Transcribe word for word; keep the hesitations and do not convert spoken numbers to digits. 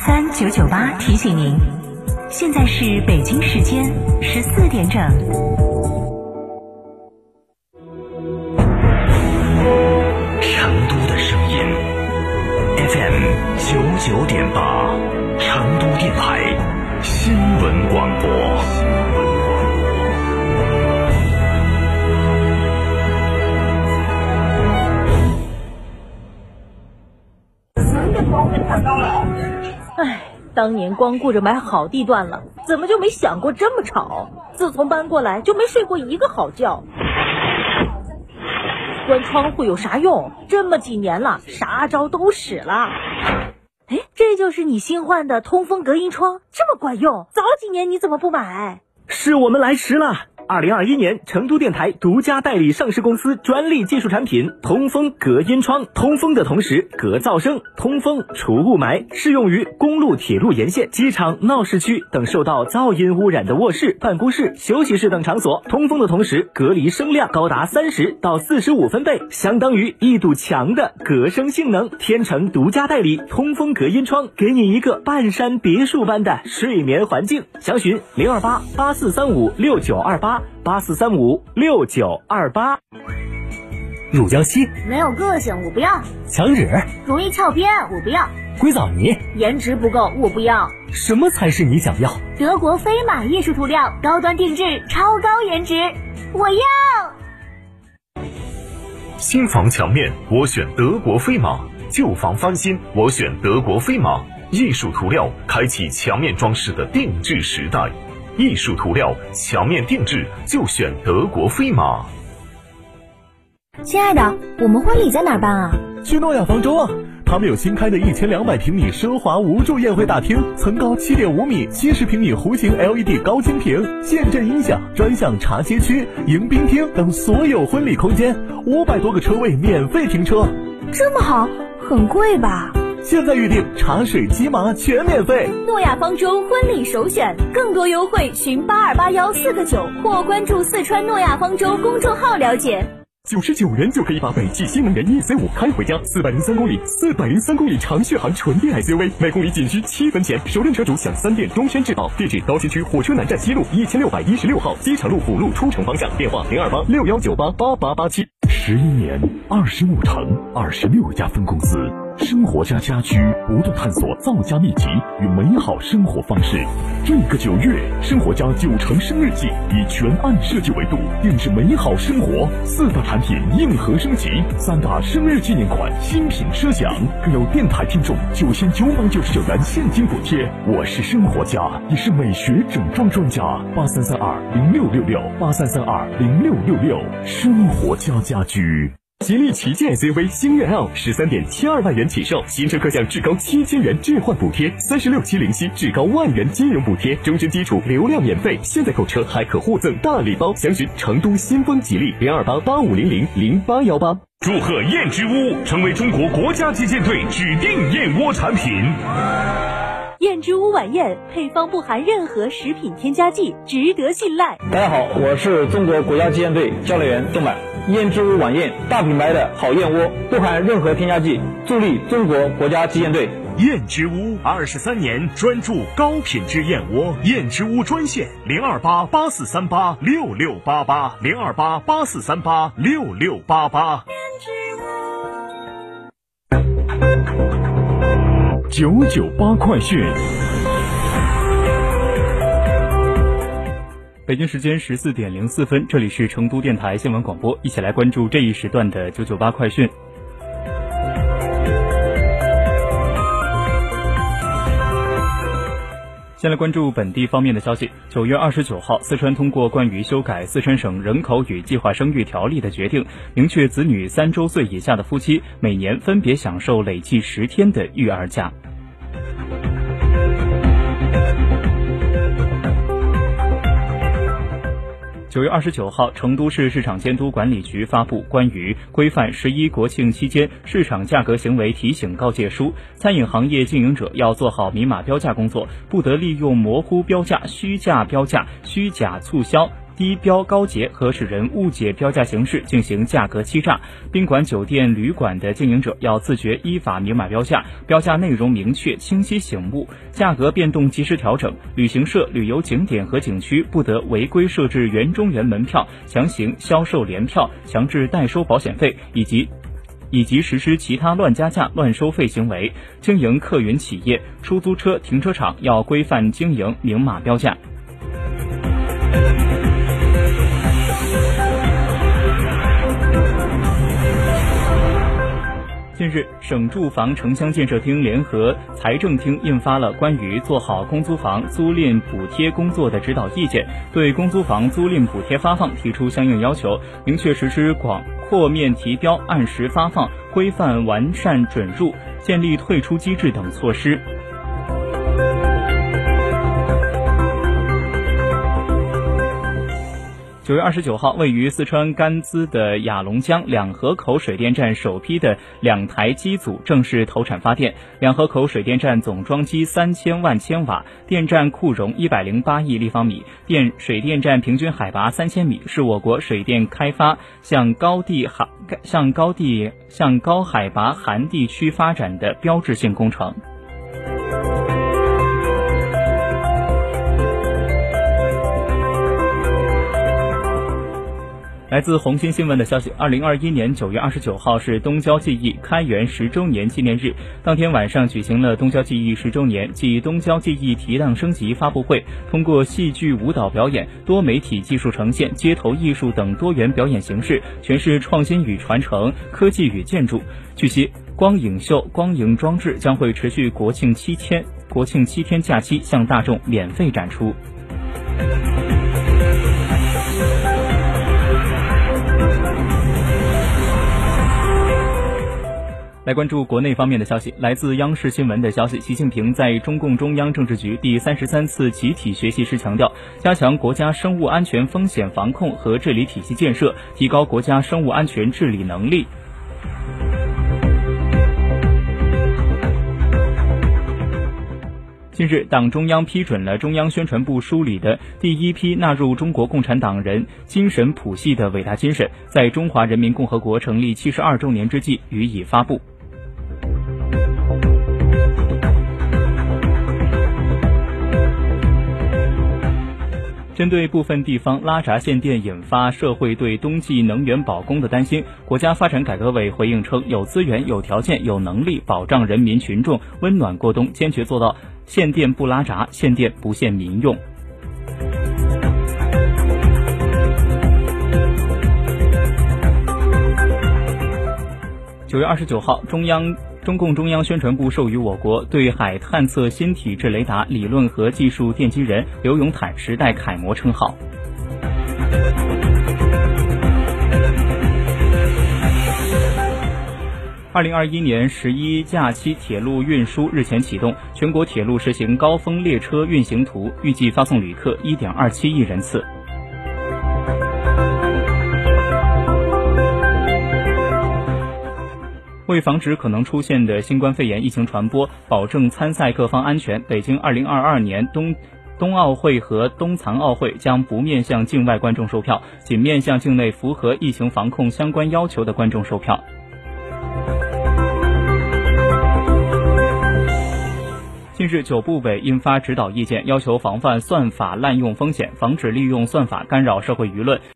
F M 九九八提醒您，现在是北京时间十四点整。 成都的声音 F M 九九点八，成都电台新闻广播。 唉，当年光顾着买好地段了，怎么就没想过这么吵？自从搬过来就没睡过一个好觉。关窗户有啥用？这么几年了，啥招都使了。哎，这就是你新换的通风隔音窗，这么管用，早几年你怎么不买？ 是我们来迟了。二零二一年，成都电台独家代理上市公司专利技术产品通风隔音窗，通风的同时隔噪声，通风除雾霾，适用于公路、铁路沿线、机场、闹市区等受到噪音污染的卧室、办公室、休息室等场所。通风的同时隔离声量高达三十到四十五分贝，相当于一堵墙的隔声性能。天成独家代理通风隔音窗，给你一个半山别墅般的睡眠环境。详询零二八八四三五六九二八。八四三五六九二八。 乳胶漆没有个性，我不要。 墙纸容易翘边，我不要。 硅藻泥颜值不够，我不要。 什么才是你想要？ 德国飞马艺术涂料，高端定制，超高颜值，我要。 新房墙面我选德国飞马，旧房翻新我选德国飞马。艺术涂料开启墙面装饰的定制时代。艺术涂料墙面定制就选德国飞马。 亲爱的，我们婚礼在哪儿办啊？ 去诺亚方舟啊！他们有新开的一千两百平米奢华无柱宴会大厅，层高七点五米，七十平米弧形 L E D 高清屏，现阵音响，专项茶歇区、迎宾厅等所有婚礼空间，五百多个车位免费停车。 这么好，很贵吧？ 现在预定茶水鸡麻全免费。 诺亚方舟婚礼首选，更多优惠询八二八幺四个九或关注四川诺亚方舟公众号了解。 九十九元就可以把北汽新能源 E C 五开回家，四百零三公里，四百零三公里长续航纯电 S U V， 每公里仅需七分钱，首任车主享三电终身质保。地址高新区火车南站西路一千六百一十六号，机场路辅路出城方向，电话零二八六幺九八八八八七。 十一年，二十五城，二十六家分公司。生活家家居不断探索造家秘籍与美好生活方式。这个九月，生活家九城生日季以全案设计维度定制美好生活，四大产品硬核升级，三大生日纪念款新品车享，更有电台听众九千九百九十九元现金补贴。我是生活家，也是美学整装专家。八三三二零六六六八三三二零六六六，生活家家居。 吉利旗舰 S U V 星越 L 十三点七二万元起售，新车客享至高七千元置换补贴，三十六期零息至高万元金融补贴，终身基础流量免费，现在购车还可获赠大礼包。详询成都新风吉利零二八八五零零零八幺八。 祝贺燕之屋成为中国国家击剑队指定燕窝产品。 燕之屋晚宴配方不含任何食品添加剂，值得信赖。 大家好，我是中国国家击剑队教练员郑满。燕之屋晚宴，大品牌的好燕窝，不含任何添加剂，助力中国国家击剑队。 燕之屋二十三年专注高品质燕窝，燕之屋专线零二八八四三八六六八八零二八八四三八六六八八。九九八快讯。 北京时间十四点零四分，这里是成都电台新闻广播，一起来关注这一时段的九九八快讯。先来关注本地方面的消息。九月二十九号，四川通过关于修改四川省人口与计划生育条例的决定，明确子女三周岁以下的夫妻每年分别享受累计十天的育儿假。九月二十九号，成都市市场监督管理局发布关于规范十一国庆期间市场价格行为提醒告诫书，餐饮行业经营者要做好明码标价工作，不得利用模糊标价、虚价标价、虚假促销、 低标高结和使人误解标价形式进行价格欺诈。宾馆、酒店、旅馆的经营者要自觉依法明码标价，标价内容明确、清晰醒目，价格变动及时调整。旅行社、旅游景点和景区不得违规设置原中原门票，强行销售联票，强制代收保险费，以及以及实施其他乱加价、乱收费行为。经营客运企业、出租车停车场要规范经营，明码标价。近日，省住房城乡建设厅联合财政厅印发了关于做好公租房租赁补贴工作的指导意见，对公租房租赁补贴发放提出相应要求，明确实施广阔面提标、按时发放、规范完善准入、建立退出机制等措施。九月二十九号，位于四川甘孜的雅龙江两河口水电站首批的两台机组正式投产发电。两河口水电站总装机三千万千瓦，电站库容一百零八亿立方米，电水电站平均海拔三千米，是我国水电开发向高地海向高地向高海拔寒地区发展的标志性工程。来自红星新闻的消息，二零二一年九月二十九号是东郊记忆开园十周年纪念日。当天晚上举行了东郊记忆十周年暨东郊记忆提档升级发布会，通过戏剧、舞蹈表演、多媒体技术呈现、街头艺术等多元表演形式，诠释创新与传承、科技与建筑。据悉，光影秀、光影装置将会持续国庆七天国庆七天假期向大众免费展出。来关注国内方面的消息，来自央视新闻的消息，习近平在中共中央政治局第三十三次集体学习时强调，加强国家生物安全风险防控和治理体系建设，提高国家生物安全治理能力。近日，党中央批准了中央宣传部梳理的第一批纳入中国共产党人精神谱系的伟大精神，在中华人民共和国成立七十二周年之际予以发布。针对部分地方拉闸限电引发社会对冬季能源保供的担心，国家发展改革委回应称，有资源、有条件、有能力保障人民群众温暖过冬，坚决做到限电不拉闸，限电不限民用。九月二十九号，中央中共中央宣传部授予我国对海探测新体质雷达理论和技术奠基人刘永坦时代楷模称号。二零二一年十一假期铁路运输日前启动，全国铁路实行高峰列车运行图，预计发送旅客 一点二七亿人次。为防止可能出现的新冠肺炎疫情传播，保证参赛各方安全，北京二零二二年冬冬奥会和冬残奥会将不面向境外观众售票，仅面向境内符合疫情防控相关要求的观众售票。近日，九部委印发指导意见，要求防范算法滥用风险，防止利用算法干扰社会舆论。